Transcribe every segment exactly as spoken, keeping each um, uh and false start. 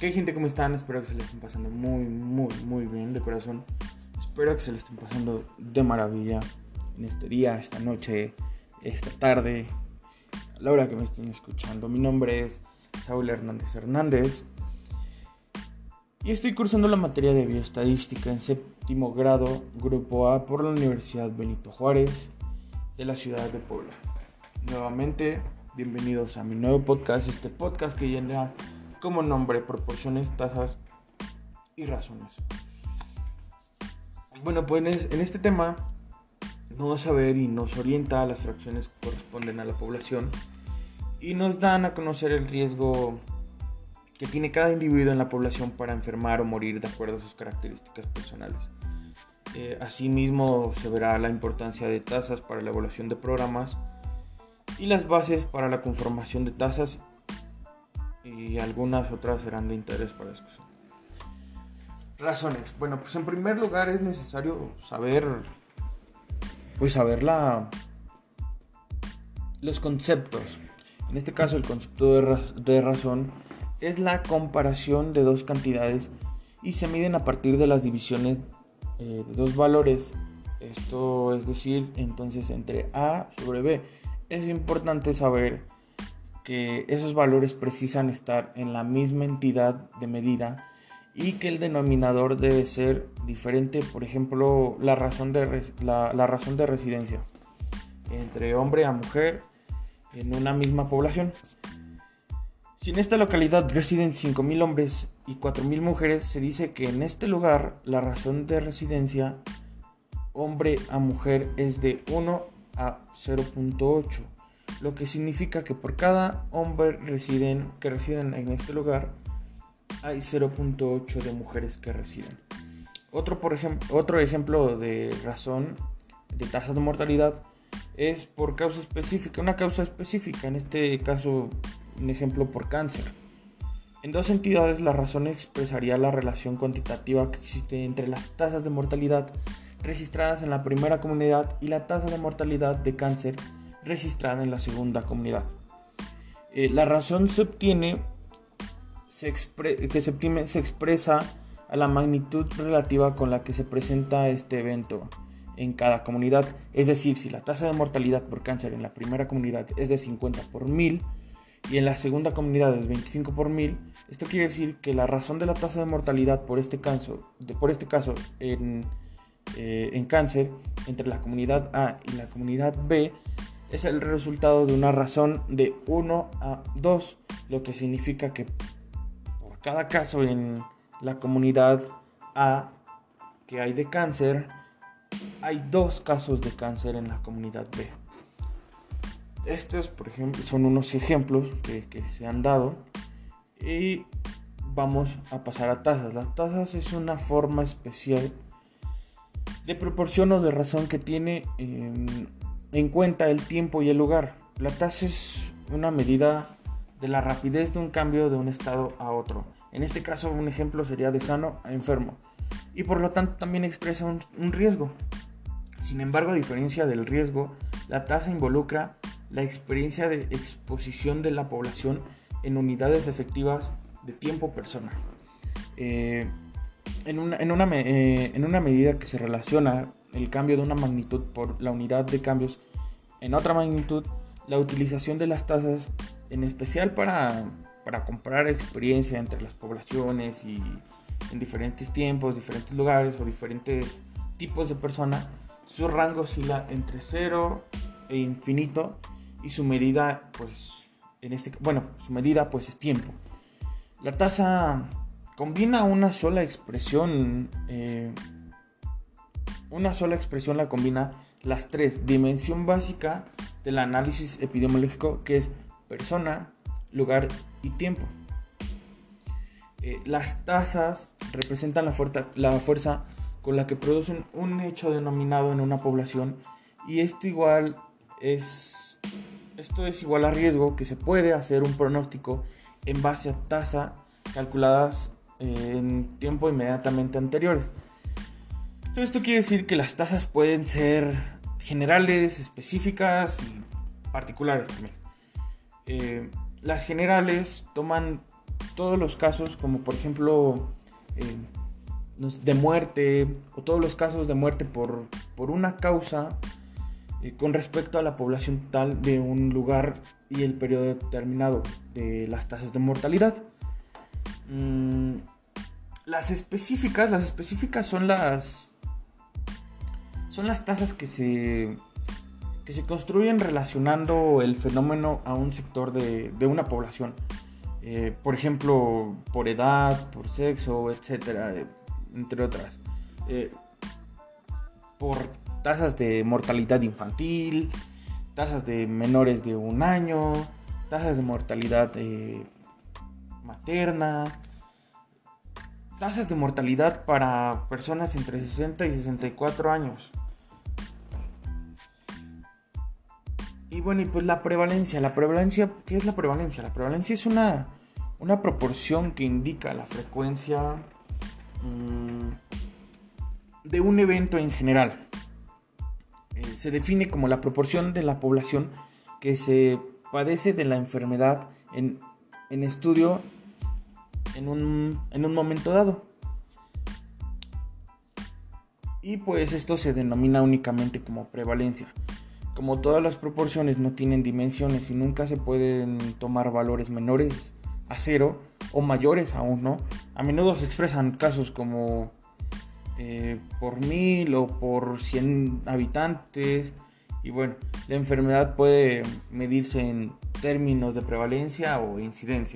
¿Qué hay, gente? ¿Cómo están? Espero que se le estén pasando muy, muy, muy bien de corazón. Espero que se le estén pasando de maravilla en este día, esta noche, esta tarde, a la hora que me estén escuchando. Mi nombre es Saúl Hernández Hernández y estoy cursando la materia de bioestadística en séptimo grado, grupo A, por la Universidad Benito Juárez de la ciudad de Puebla. Nuevamente, bienvenidos a mi nuevo podcast, este podcast que llena como nombre proporciones, tasas y razones. Bueno, pues en este tema vamos a ver y nos orienta a las fracciones que corresponden a la población y nos dan a conocer el riesgo que tiene cada individuo en la población para enfermar o morir de acuerdo a sus características personales. Eh, asimismo, se verá la importancia de tasas para la evaluación de programas y las bases para la conformación de tasas, y algunas otras serán de interés para discusión. Razones. Bueno, pues en primer lugar es necesario saber, pues saber la, los conceptos. En este caso, el concepto de, raz- de razón es la comparación de dos cantidades y se miden a partir de las divisiones eh, de dos valores. Esto es decir, entonces entre A sobre B. Es importante saber que esos valores precisan estar en la misma entidad de medida y que el denominador debe ser diferente. Por ejemplo, la razón de, re- la, la razón de residencia entre hombre a mujer en una misma población. Si en esta localidad residen cinco mil hombres y cuatro mil mujeres, se dice que en este lugar la razón de residencia hombre a mujer es de uno a cero punto ocho, lo que significa que por cada hombre residen, que residen en este lugar hay cero punto ocho de mujeres que residen. Otro, por ejemplo, otro ejemplo de razón de tasa de mortalidad es por causa específica, una causa específica, en este caso un ejemplo por cáncer. En dos entidades la razón expresaría la relación cuantitativa que existe entre las tasas de mortalidad registradas en la primera comunidad y la tasa de mortalidad de cáncer registrada en la segunda comunidad. Eh, la razón se obtiene, se, expre- que se, obtiene, se expresa a la magnitud relativa con la que se presenta este evento en cada comunidad. Es decir, si la tasa de mortalidad por cáncer en la primera comunidad es de cincuenta por mil y en la segunda comunidad es veinticinco por mil, esto quiere decir que la razón de la tasa de mortalidad por este caso, de, por este caso en, eh, en cáncer entre la comunidad A y la comunidad B es el resultado de una razón de uno a dos, lo que significa que por cada caso en la comunidad A que hay de cáncer, hay dos casos de cáncer en la comunidad B. Estos, por ejemplo, son unos ejemplos que, que se han dado y vamos a pasar a tasas. Las tasas es una forma especial de proporción o de razón que tiene eh, en cuenta el tiempo y el lugar. La tasa es una medida de la rapidez de un cambio de un estado a otro. En este caso, un ejemplo sería de sano a enfermo, y por lo tanto también expresa un, un riesgo. Sin embargo, a diferencia del riesgo, la tasa involucra la experiencia de exposición de la población en unidades efectivas de tiempo persona. Eh, en, una, en, una, eh, en una medida que se relaciona el cambio de una magnitud por la unidad de cambios en otra magnitud, la utilización de las tasas, en especial para, para comparar experiencia entre las poblaciones y en diferentes tiempos, diferentes lugares o diferentes tipos de personas, su rango oscila entre cero e infinito y su medida, pues, en este, bueno, su medida pues es tiempo. La tasa combina una sola expresión, eh, una sola expresión la combina las tres: dimensión básica del análisis epidemiológico, que es persona, lugar y tiempo. Eh, las tasas representan la, fuerza, la fuerza con la que producen un hecho denominado en una población, y esto igual es, esto es igual a riesgo, que se puede hacer un pronóstico en base a tasa calculadas eh, en tiempo inmediatamente anteriores. Entonces, esto quiere decir que las tasas pueden ser generales, específicas y particulares también. Eh, las generales toman todos los casos, como por ejemplo eh, de muerte, o todos los casos de muerte por, por una causa eh, con respecto a la población total de un lugar y el periodo determinado de las tasas de mortalidad. Mm, las específicas, las específicas son las son las tasas que se que se construyen relacionando el fenómeno a un sector de, de una población. Eh, por ejemplo, por edad, por sexo, etcétera, eh, entre otras. Eh, por tasas de mortalidad infantil, tasas de menores de un año, tasas de mortalidad eh, materna, tasas de mortalidad para personas entre sesenta y sesenta y cuatro años. Y bueno, y pues la prevalencia, la prevalencia, ¿qué es la prevalencia? La prevalencia es una, una proporción que indica la frecuencia mmm, de un evento en general. Eh, se define como la proporción de la población que se padece de la enfermedad en, en estudio en un, en un momento dado. Y pues esto se denomina únicamente como prevalencia. Como todas las proporciones no tienen dimensiones y nunca se pueden tomar valores menores a cero o mayores aún, ¿no? A menudo se expresan casos como eh, por mil o por cien habitantes. Y bueno, la enfermedad puede medirse en términos de prevalencia o incidencia.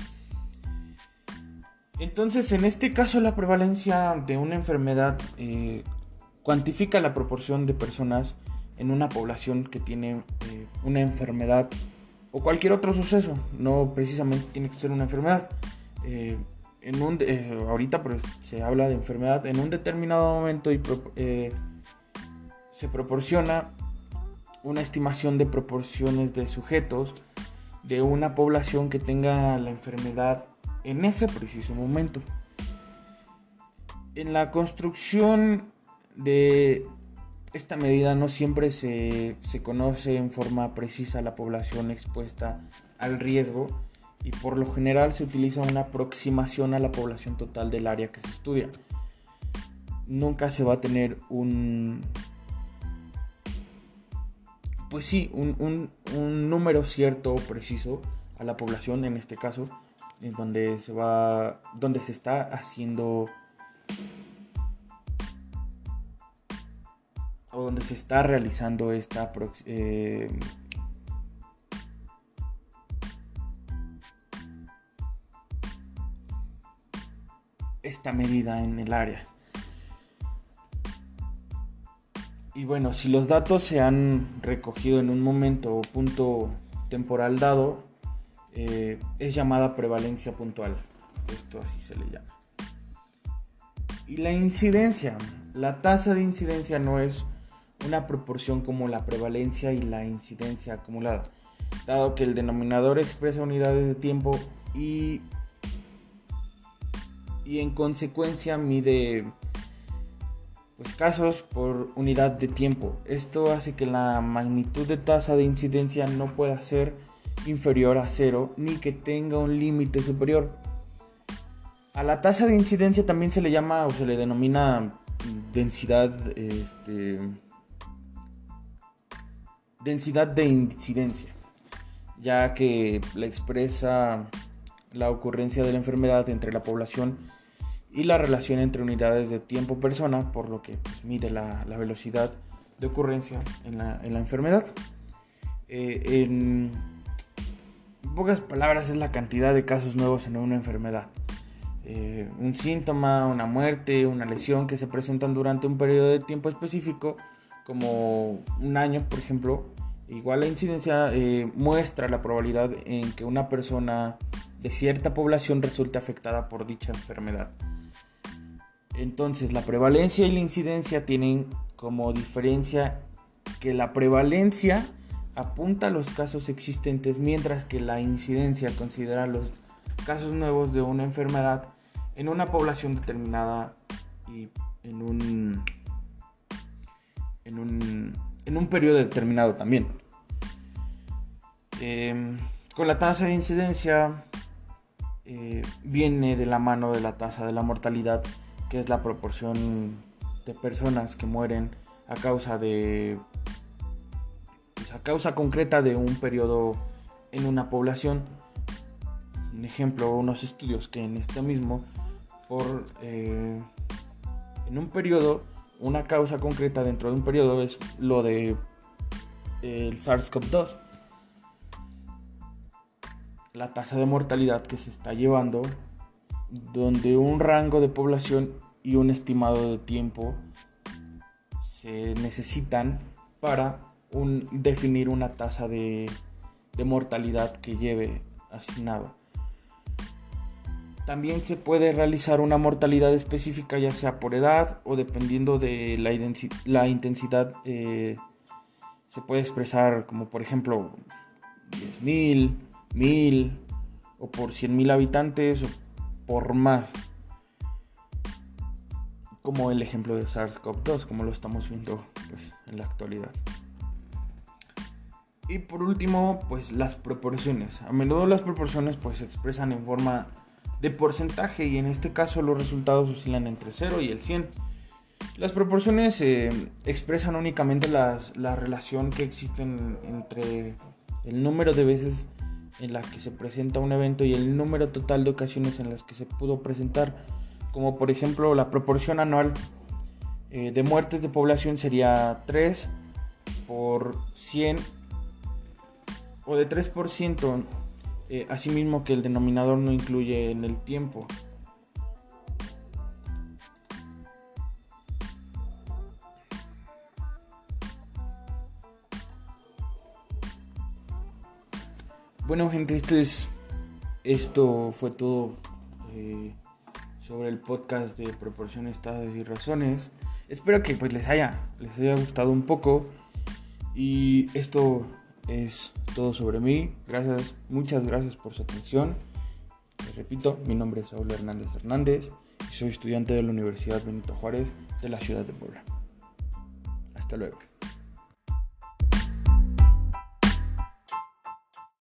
Entonces, en este caso, la prevalencia de una enfermedad eh, cuantifica la proporción de personas en una población que tiene eh, una enfermedad o cualquier otro suceso. No precisamente tiene que ser una enfermedad. Eh, en un, eh, ahorita pues, se habla de enfermedad en un determinado momento y eh, se proporciona una estimación de proporciones de sujetos de una población que tenga la enfermedad en ese preciso momento. En la construcción de esta medida no siempre se, se conoce en forma precisa la población expuesta al riesgo y por lo general se utiliza una aproximación a la población total del área que se estudia. Nunca se va a tener un, pues sí, un, un, un número cierto o preciso a la población, en este caso, en donde se va, donde se está haciendo o donde se está realizando esta eh, esta medida en el área. Y bueno, si los datos se han recogido en un momento o punto temporal dado, eh, es llamada prevalencia puntual. Esto así se le llama. Y la incidencia, la tasa de incidencia no es una proporción como la prevalencia y la incidencia acumulada, dado que el denominador expresa unidades de tiempo y, y en consecuencia mide pues, casos por unidad de tiempo. Esto hace que la magnitud de tasa de incidencia no pueda ser inferior a cero ni que tenga un límite superior. A la tasa de incidencia también se le llama o se le denomina densidad este, densidad de incidencia, ya que la expresa la ocurrencia de la enfermedad entre la población y la relación entre unidades de tiempo-persona, por lo que pues, mide la, la velocidad de ocurrencia en la, en la enfermedad. Eh, en pocas palabras, es la cantidad de casos nuevos en una enfermedad. Eh, un síntoma, una muerte, una lesión que se presentan durante un periodo de tiempo específico, como un año, por ejemplo. Igual la incidencia eh, muestra la probabilidad en que una persona de cierta población resulte afectada por dicha enfermedad. Entonces, la prevalencia y la incidencia tienen como diferencia que la prevalencia apunta a los casos existentes, mientras que la incidencia considera los casos nuevos de una enfermedad en una población determinada y en un en un, en un periodo determinado también. Eh, con la tasa de incidencia eh, viene de la mano de la tasa de la mortalidad, que es la proporción de personas que mueren a causa de pues, a causa concreta de un periodo en una población. Un ejemplo, unos estudios que en este mismo por eh, en un periodo, una causa concreta dentro de un periodo es lo de eh, el SARS-CoV dos. La tasa de mortalidad que se está llevando, donde un rango de población y un estimado de tiempo se necesitan para un, definir una tasa de, de mortalidad que lleve asignado. También se puede realizar una mortalidad específica, ya sea por edad o dependiendo de la, idensi- la intensidad. Eh, se puede expresar como por ejemplo diez mil, mil o por cien mil habitantes o por más. Como el ejemplo de SARS-CoV dos, como lo estamos viendo pues, en la actualidad. Y por último, pues las proporciones. A menudo las proporciones pues, se expresan en forma de porcentaje y en este caso los resultados oscilan entre cero y el cien. Las proporciones eh, expresan únicamente las, la relación que existen entre el número de veces en la que se presenta un evento y el número total de ocasiones en las que se pudo presentar, como por ejemplo la proporción anual eh, de muertes de población sería tres por cien o de tres por ciento. Eh, asimismo que el denominador no incluye en el tiempo. Bueno gente, esto es esto fue todo eh, sobre el podcast de proporciones, tasas y razones. Espero que pues les haya les haya gustado un poco y esto es todo sobre mí. Gracias, muchas gracias por su atención. Les repito, mi nombre es Saúl Hernández Hernández y soy estudiante de la Universidad Benito Juárez de la ciudad de Puebla. Hasta luego.